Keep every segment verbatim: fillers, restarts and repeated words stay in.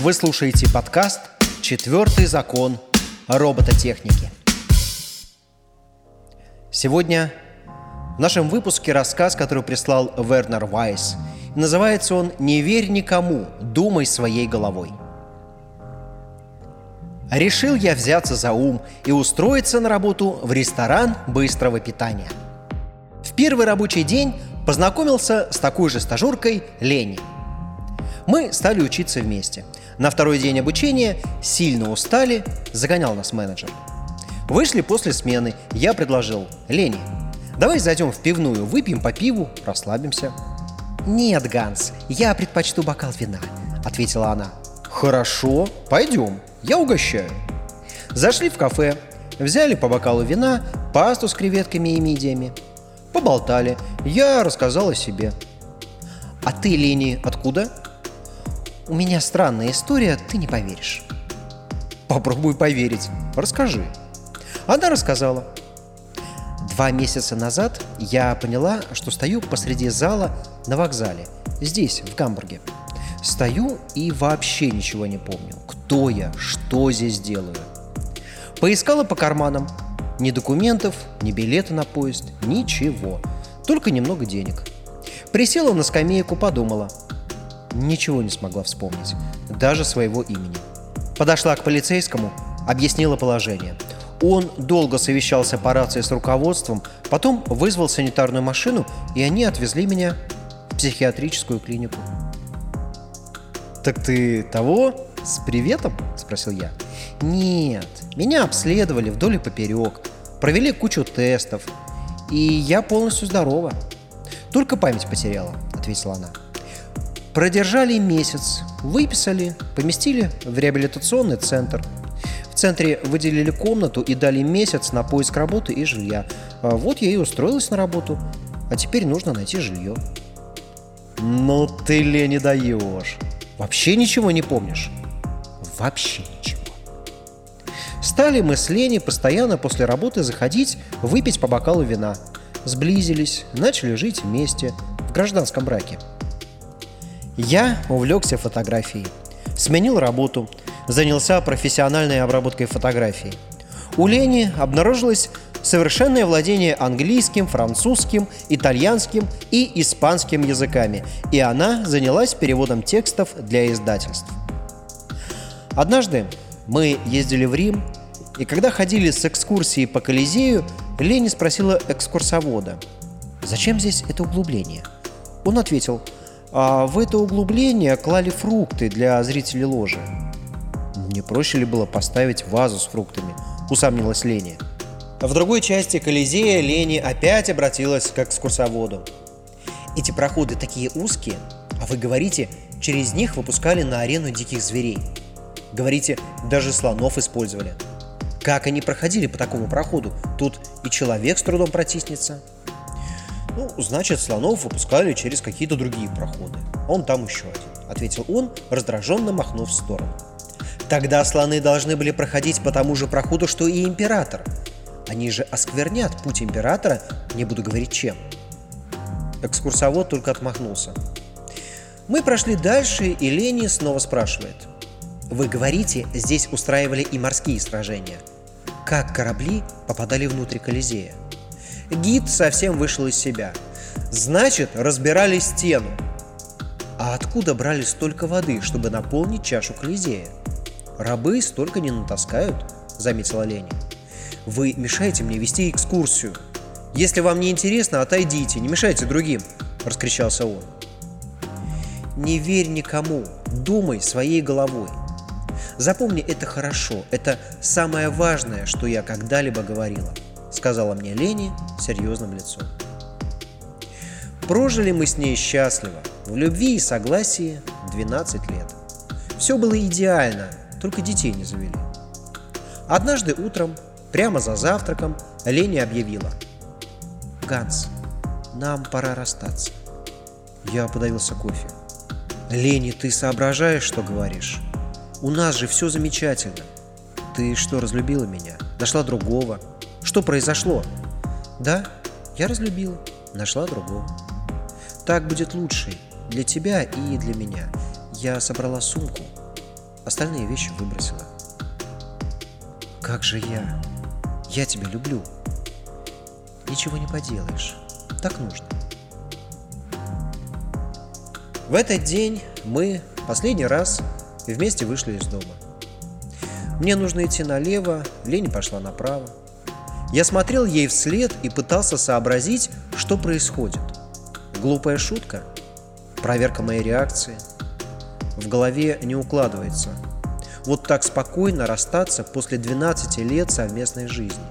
Вы слушаете подкаст «Четвертый закон робототехники». Сегодня в нашем выпуске рассказ, который прислал Вернер Вайс. Называется он «Не верь никому, думай своей головой». Решил я взяться за ум и устроиться на работу в ресторан быстрого питания. В первый рабочий день познакомился с такой же стажеркой Леней. Мы стали учиться вместе. На второй день обучения сильно устали, загонял нас менеджер. Вышли после смены, я предложил: «Лене, давай зайдем в пивную, выпьем по пиву, расслабимся». «Нет, Ганс, я предпочту бокал вина», — ответила она. «Хорошо, пойдем, я угощаю». Зашли в кафе, взяли по бокалу вина, пасту с креветками и мидиями. Поболтали, я рассказал о себе. «А ты, Лени, откуда?» «У меня странная история, ты не поверишь». «Попробуй поверить, расскажи». Она рассказала. Два месяца назад я поняла, что стою посреди зала на вокзале, здесь, в Гамбурге. Стою и вообще ничего не помню. Кто я, что здесь делаю. Поискала по карманам. Ни документов, ни билета на поезд, ничего. Только немного денег. Присела на скамейку, подумала. Ничего не смогла вспомнить, даже своего имени. Подошла к полицейскому, объяснила положение. Он долго совещался по рации с руководством, потом вызвал санитарную машину, и они отвезли меня в психиатрическую клинику. «Так ты того, с приветом?» – спросил я. «Нет, меня обследовали вдоль и поперек, провели кучу тестов, и я полностью здорова. Только память потеряла», – ответила она. Продержали месяц, выписали, поместили в реабилитационный центр. В центре выделили комнату и дали месяц на поиск работы и жилья. А вот я и устроилась на работу, а теперь нужно найти жилье. «Ну ты, Ле, не даешь. Вообще ничего не помнишь?» «Вообще ничего». Стали мы с Леней постоянно после работы заходить выпить по бокалу вина. Сблизились, начали жить вместе, в гражданском браке. Я увлекся фотографией, сменил работу, занялся профессиональной обработкой фотографий. У Лени обнаружилось совершенное владение английским, французским, итальянским и испанским языками, и она занялась переводом текстов для издательств. Однажды мы ездили в Рим, и когда ходили с экскурсией по Колизею, Лени спросила экскурсовода: «Зачем здесь это углубление?» Он ответил: «А в это углубление клали фрукты для зрителей ложи». «Не проще ли было поставить вазу с фруктами?» – усомнилась Лени. В другой части Колизея Лени опять обратилась к экскурсоводу. «Эти проходы такие узкие, а вы говорите, через них выпускали на арену диких зверей. Говорите, даже слонов использовали. Как они проходили по такому проходу? Тут и человек с трудом протиснется». «Ну, значит, слонов выпускали через какие-то другие проходы. Он там еще один», — ответил он, раздраженно махнув в сторону. «Тогда слоны должны были проходить по тому же проходу, что и император. Они же осквернят путь императора, не буду говорить чем». Экскурсовод только отмахнулся. Мы прошли дальше, и Лени снова спрашивает: «Вы говорите, здесь устраивали и морские сражения. Как корабли попадали внутрь Колизея?» Гид совсем вышел из себя. «Значит, разбирали стену». «А откуда брали столько воды, чтобы наполнить чашу Колизея?» «Рабы столько не натаскают», — заметила Лени. «Вы мешаете мне вести экскурсию. Если вам не интересно, отойдите, не мешайте другим», — раскричался он. «Не верь никому, думай своей головой. Запомни это хорошо, это самое важное, что я когда-либо говорила», — сказала мне Лени серьезным лицом. Прожили мы с ней счастливо, в любви и согласии двенадцать лет. Все было идеально, только детей не завели. Однажды утром, прямо за завтраком, Лени объявила: «Ганс, нам пора расстаться». Я подавился кофе. «Лени, ты соображаешь, что говоришь? У нас же все замечательно. Ты что, разлюбила меня? Нашла другого? Что произошло?» «Да, я разлюбила, нашла другого. Так будет лучше для тебя и для меня. Я собрала сумку». остальные вещи выбросила. Как же я? Я тебя люблю. Ничего не поделаешь. Так нужно. В этот день мы последний раз вместе вышли из дома. Мне нужно идти налево, Леня пошла направо. Я смотрел ей вслед и пытался сообразить, что происходит. Глупая шутка? Проверка моей реакции? В голове не укладывается. Вот так спокойно расстаться после двенадцати лет совместной жизни.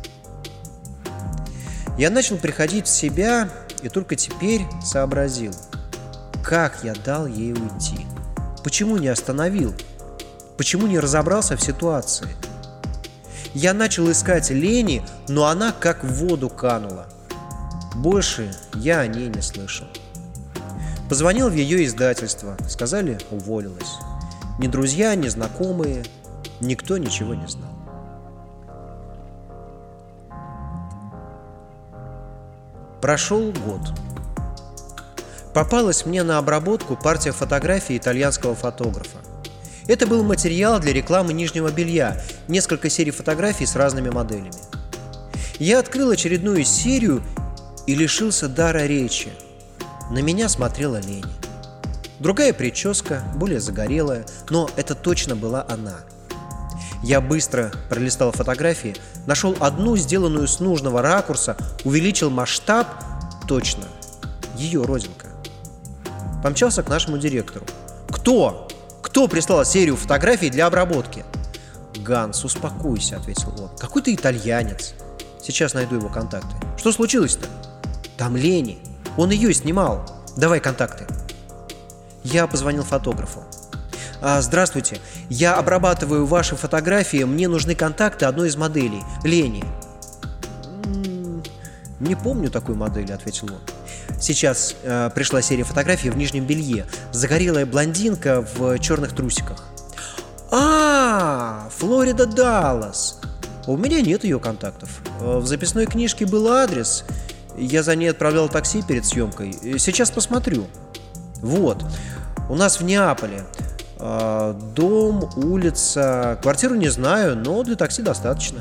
Я начал приходить в себя и только теперь сообразил, как я дал ей уйти. Почему не остановил? Почему не разобрался в ситуации? Я начал искать Лени, но она как в воду канула. Больше я о ней не слышал. Позвонил в ее издательство, сказали, уволилась. Ни друзья, ни знакомые, никто ничего не знал. Прошел год. Попалась мне на обработку партия фотографий итальянского фотографа. Это был материал для рекламы нижнего белья, несколько серий фотографий с разными моделями. Я открыл очередную серию и лишился дара речи. На меня смотрела Леня. Другая прическа, более загорелая, но это точно была она. Я быстро пролистал фотографии, нашел одну, сделанную с нужного ракурса, увеличил масштаб. Точно, ее родинка. Помчался к нашему директору. Кто? Кто прислал серию фотографий для обработки? Ганс, успокойся, ответил он. Какой ты итальянец. Сейчас найду его контакты. Что случилось-то? Там Лени. Он ее снимал. Давай контакты. Я позвонил фотографу. А, здравствуйте, я обрабатываю ваши фотографии, мне нужны контакты одной из моделей, Лени. М-м, не помню такой модели, ответил он. Сейчас э, пришла серия фотографий в нижнем белье. Загорелая блондинка в черных трусиках. А, Флорида Даллас. У меня нет ее контактов. В записной книжке был адрес. Я за ней отправлял такси перед съемкой. Сейчас посмотрю. Вот. У нас в Неаполе. Дом, улица. Квартиру не знаю, но для такси достаточно.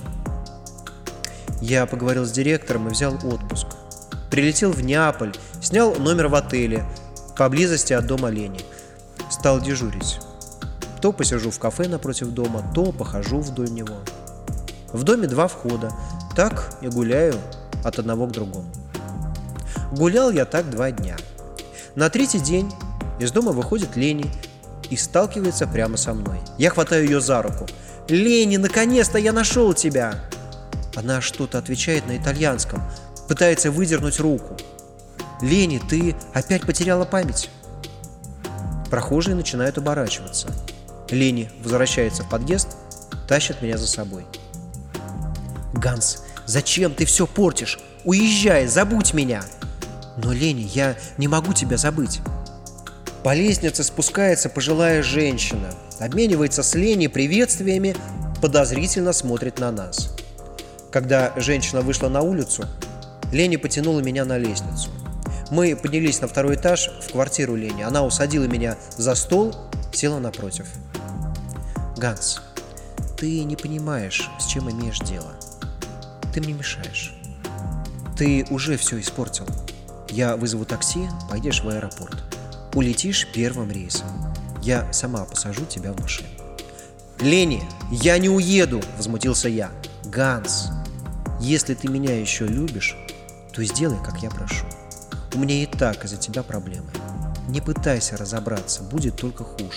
Я поговорил с директором и взял отпуск. Прилетел в Неаполь, снял номер в отеле поблизости от дома Лени. Стал дежурить. То посижу в кафе напротив дома, то похожу вдоль него. В доме два входа. Так и гуляю от одного к другому. Гулял я так два дня. На третий день из дома выходит Лени и сталкивается прямо со мной. Я хватаю ее за руку. «Лени, наконец-то я нашел тебя!» Она что-то отвечает на итальянском, пытается выдернуть руку. «Лени, ты опять потеряла память?» Прохожие начинают оборачиваться. Лени возвращается в подъезд, тащит меня за собой. «Ганс, зачем ты все портишь? Уезжай, забудь меня!» «Но, Лени, я не могу тебя забыть». По лестнице спускается пожилая женщина, обменивается с Леней приветствиями, подозрительно смотрит на нас. Когда женщина вышла на улицу, Леня потянула меня на лестницу. Мы поднялись на второй этаж в квартиру Лени. Она усадила меня за стол, села напротив. «Ганс, ты не понимаешь, с чем имеешь дело. Ты мне мешаешь. Ты уже все испортил. Я вызову такси, пойдешь в аэропорт. Улетишь первым рейсом. Я сама посажу тебя в машину». «Лени, я не уеду!» – возмутился я. «Ганс, если ты меня еще любишь, то сделай, как я прошу. У меня и так из-за тебя проблемы. Не пытайся разобраться, будет только хуже».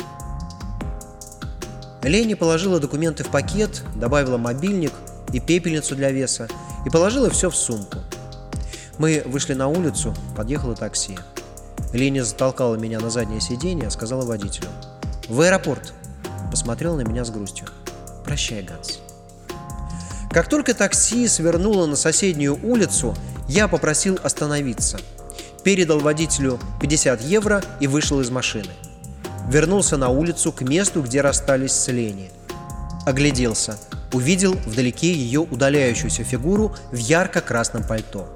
Лени положила документы в пакет, добавила мобильник и пепельницу для веса и положила все в сумку. Мы вышли на улицу, подъехало такси. Лени затолкала меня на заднее сиденье, сказала водителю: «В аэропорт!» Посмотрела на меня с грустью. «Прощай, Ганс». Как только такси свернуло на соседнюю улицу, я попросил остановиться. Передал водителю пятьдесят евро и вышел из машины. Вернулся на улицу к месту, где расстались с Леней. Огляделся. Увидел вдалеке ее удаляющуюся фигуру в ярко-красном пальто.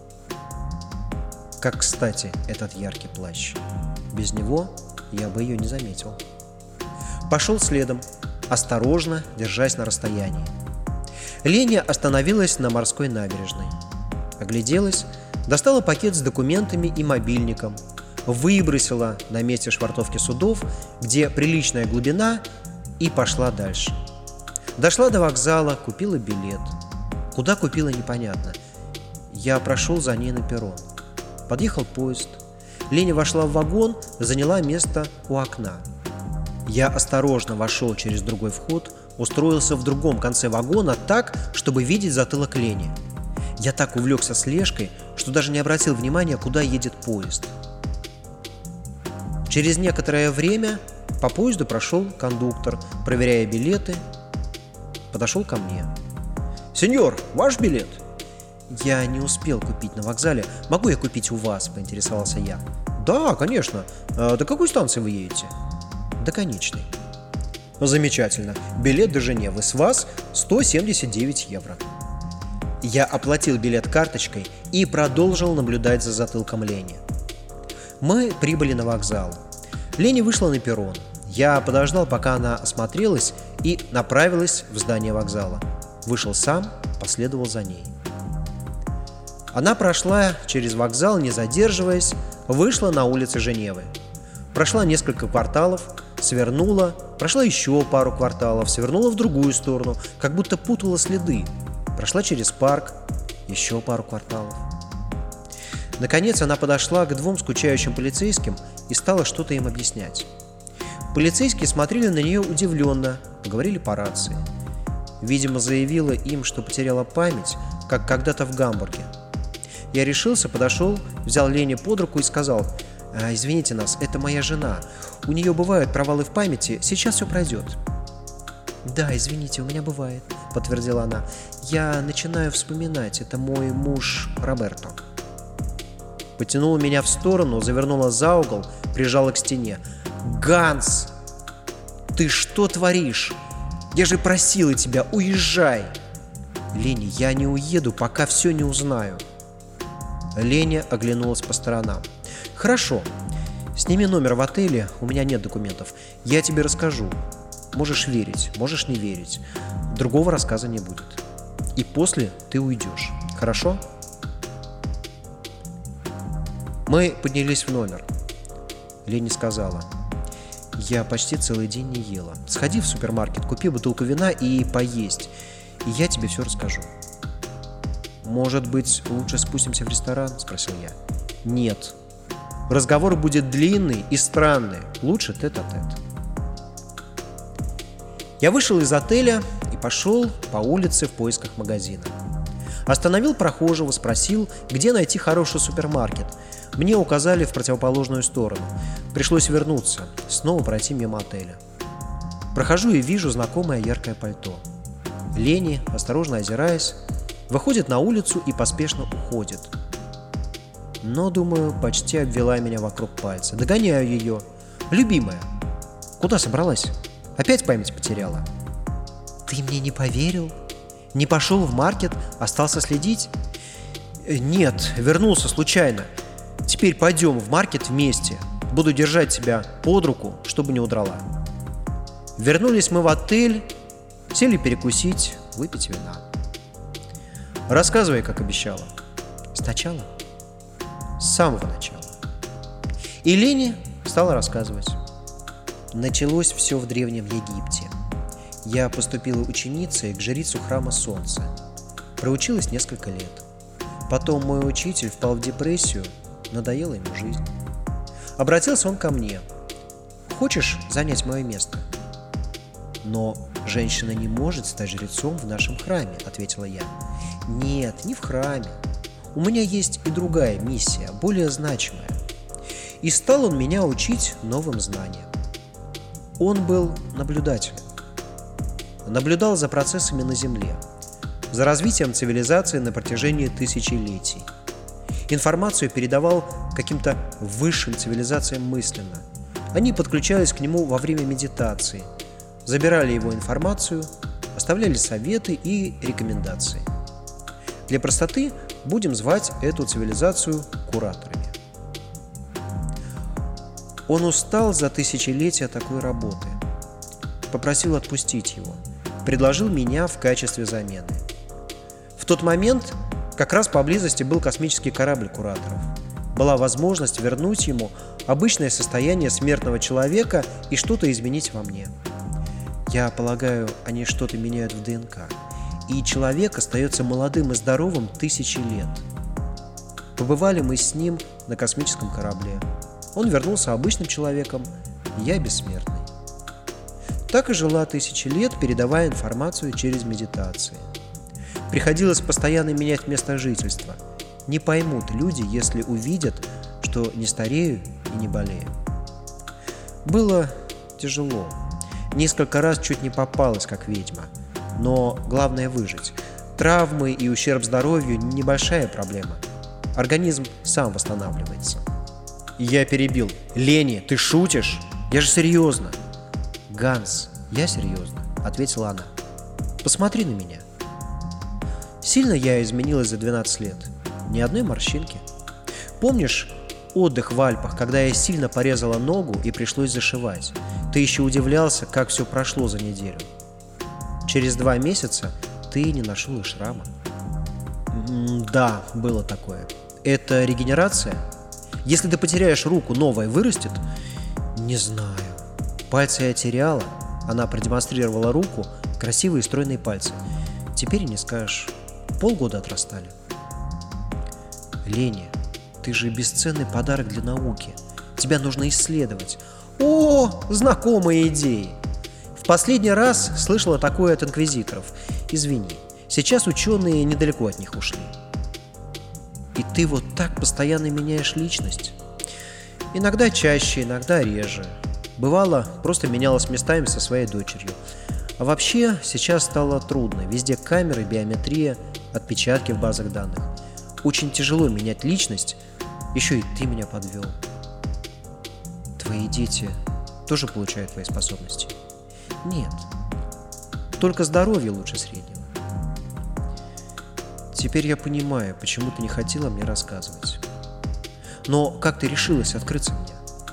Как кстати этот яркий плащ. Без него я бы ее не заметил. Пошел следом, осторожно, держась на расстоянии. Леня остановилась на морской набережной. Огляделась, достала пакет с документами и мобильником, выбросила на месте швартовки судов, где приличная глубина, и пошла дальше. Дошла до вокзала, купила билет. Куда купила, непонятно. Я прошел за ней на перрон. Подъехал поезд. Леня вошла в вагон, заняла место у окна. Я осторожно вошел через другой вход, устроился в другом конце вагона так, чтобы видеть затылок Лени. Я так увлекся слежкой, что даже не обратил внимания, куда едет поезд. Через некоторое время по поезду прошел кондуктор, проверяя билеты. Подошел ко мне. «Сеньор, ваш билет?» «Я не успел купить на вокзале. Могу я купить у вас?» – поинтересовался я. «Да, конечно. А до какой станции вы едете?» «До конечной». «Замечательно. Билет до Женевы с вас сто семьдесят девять евро». Я оплатил билет карточкой и продолжил наблюдать за затылком Лени. Мы прибыли на вокзал. Лени вышла на перрон. Я подождал, пока она осмотрелась, и направилась в здание вокзала. Вышел сам, последовал за ней. Она прошла через вокзал, не задерживаясь, вышла на улицы Женевы. Прошла несколько кварталов, свернула, прошла еще пару кварталов, свернула в другую сторону, как будто путала следы. Прошла через парк, еще пару кварталов. Наконец она подошла к двум скучающим полицейским и стала что-то им объяснять. Полицейские смотрели на нее удивленно, поговорили по рации. Видимо, заявила им, что потеряла память, как когда-то в Гамбурге. Я решился, подошел, взял Леню под руку и сказал: «А, извините нас, это моя жена. У нее бывают провалы в памяти, сейчас все пройдет». «Да, извините, у меня бывает», — подтвердила она. «Я начинаю вспоминать, это мой муж Роберто». Потянула меня в сторону, завернула за угол, прижала к стене. «Ганс, ты что творишь? Я же просила тебя, уезжай!» «Леня, я не уеду, пока все не узнаю». Леня оглянулась по сторонам. «Хорошо, сними номер в отеле, у меня нет документов. Я тебе расскажу. Можешь верить, можешь не верить. Другого рассказа не будет. И после ты уйдешь. Хорошо?» Мы поднялись в номер. Леня сказала: «Я почти целый день не ела. Сходи в супермаркет, купи бутылку вина и поесть, и я тебе все расскажу». «Может быть, лучше спустимся в ресторан?» – спросил я. «Нет. Разговор будет длинный и странный. Лучше тет-а-тет». Я вышел из отеля и пошел по улице в поисках магазина. Остановил прохожего, спросил, где найти хороший супермаркет. Мне указали в противоположную сторону. Пришлось вернуться, снова пройти мимо отеля. Прохожу и вижу знакомое яркое пальто. Лени, осторожно озираясь, выходит на улицу и поспешно уходит. Но, думаю, почти обвела меня вокруг пальца. Догоняю ее. «Любимая, куда собралась? Опять память потеряла?» «Ты мне не поверил? Не пошел в маркет, остался следить?» «Нет, вернулся случайно. Теперь пойдем в маркет вместе. Буду держать тебя под руку, чтобы не удрала». Вернулись мы в отель, сели перекусить, выпить вина. «Рассказывай, как обещала». «Сначала?» «С самого начала». И Леня стала рассказывать. Началось все в Древнем Египте. Я поступила ученицей к жрицу храма Солнца. Проучилась несколько лет. Потом мой учитель впал в депрессию, надоела ему жизнь. Обратился он ко мне: «Хочешь занять мое место?» «Но женщина не может стать жрецом в нашем храме», — ответила я. «Нет, не в храме. У меня есть и другая миссия, более значимая». И стал он меня учить новым знаниям. Он был наблюдателем. Наблюдал за процессами на Земле, за развитием цивилизации на протяжении тысячелетий. Информацию передавал каким-то высшим цивилизациям мысленно. Они подключались к нему во время медитации, забирали его информацию, оставляли советы и рекомендации. Для простоты будем звать эту цивилизацию кураторами. Он устал за тысячелетия такой работы. попросил отпустить его, предложил меня в качестве замены. В тот момент как раз поблизости был космический корабль кураторов. Была возможность вернуть ему обычное состояние смертного человека и что-то изменить во мне. Я полагаю, они что-то меняют в ДНК, и человек остается молодым и здоровым тысячи лет. Побывали мы с ним на космическом корабле. Он вернулся обычным человеком, я бессмертный. Так и жила тысячи лет, передавая информацию через медитации. Приходилось постоянно менять место жительства. Не поймут люди, если увидят, что не старею и не болею. Было тяжело. Несколько раз чуть не попалась, как ведьма. Но главное выжить. Травмы и ущерб здоровью – небольшая проблема. Организм сам восстанавливается. Я перебил. «Лени, ты шутишь? Я же серьезно!» «Ганс, я серьезно», — ответила она. «Посмотри на меня». Сильно я изменилась за двенадцать лет. Ни одной морщинки. Помнишь отдых в Альпах, когда я сильно порезала ногу и пришлось зашивать? Ты еще удивлялся, как все прошло за неделю. Через два месяца ты не нашел и шрама. М да, было такое. Это регенерация? Если ты потеряешь руку, новая вырастет? Не знаю. Пальцы я теряла. Она продемонстрировала руку, красивые стройные пальцы. Теперь и не скажешь. Полгода отрастали. Леня, ты же бесценный подарок для науки. Тебя нужно исследовать. О, знакомые идеи. В последний раз слышала такое от инквизиторов. Извини, сейчас ученые недалеко от них ушли. И ты вот так постоянно меняешь личность? Иногда чаще, иногда реже. Бывало, просто менялась местами со своей дочерью. А вообще, сейчас стало трудно. Везде камеры, биометрия, отпечатки в базах данных. Очень тяжело менять личность. Еще и ты меня подвел. Твои дети тоже получают твои способности? Нет. Только здоровье лучше среднего. Теперь я понимаю, почему ты не хотела мне рассказывать. Но как ты решилась открыться мне?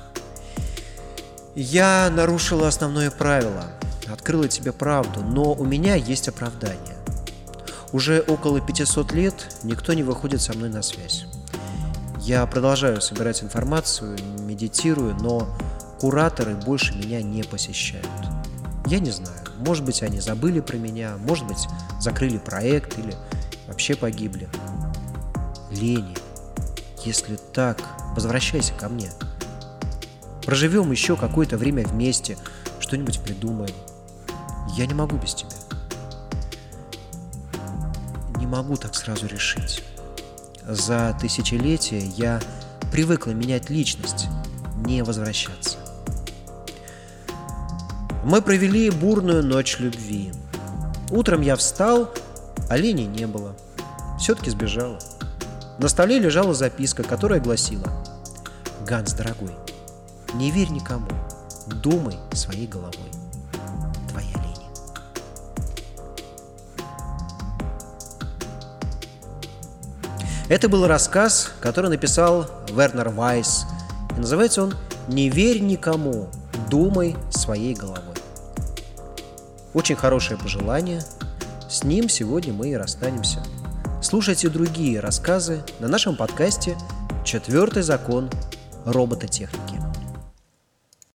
Я нарушила основное правило, открыла тебе правду, но у меня есть оправдание. Уже около пятисот лет никто не выходит со мной на связь. Я продолжаю собирать информацию, медитирую, но кураторы больше меня не посещают. Я не знаю, может быть, они забыли про меня, может быть, закрыли проект или вообще погибли. Лени, если так, возвращайся ко мне. Проживем еще какое-то время вместе, что-нибудь придумаем. Я не могу без тебя. Не могу так сразу решить. За тысячелетия я привыкла менять личность, не возвращаться. Мы провели бурную ночь любви. Утром я встал, а Лени не было. Все-таки сбежала. На столе лежала записка, которая гласила: «Ганс, дорогой, не верь никому, думай своей головой. Твоя Лени». Это был рассказ, который написал Вернер Вайс. И называется он «Не верь никому, думай своей головой». Очень хорошее пожелание. С ним сегодня мы и расстанемся. Слушайте другие рассказы на нашем подкасте «Четвертый закон робототехники».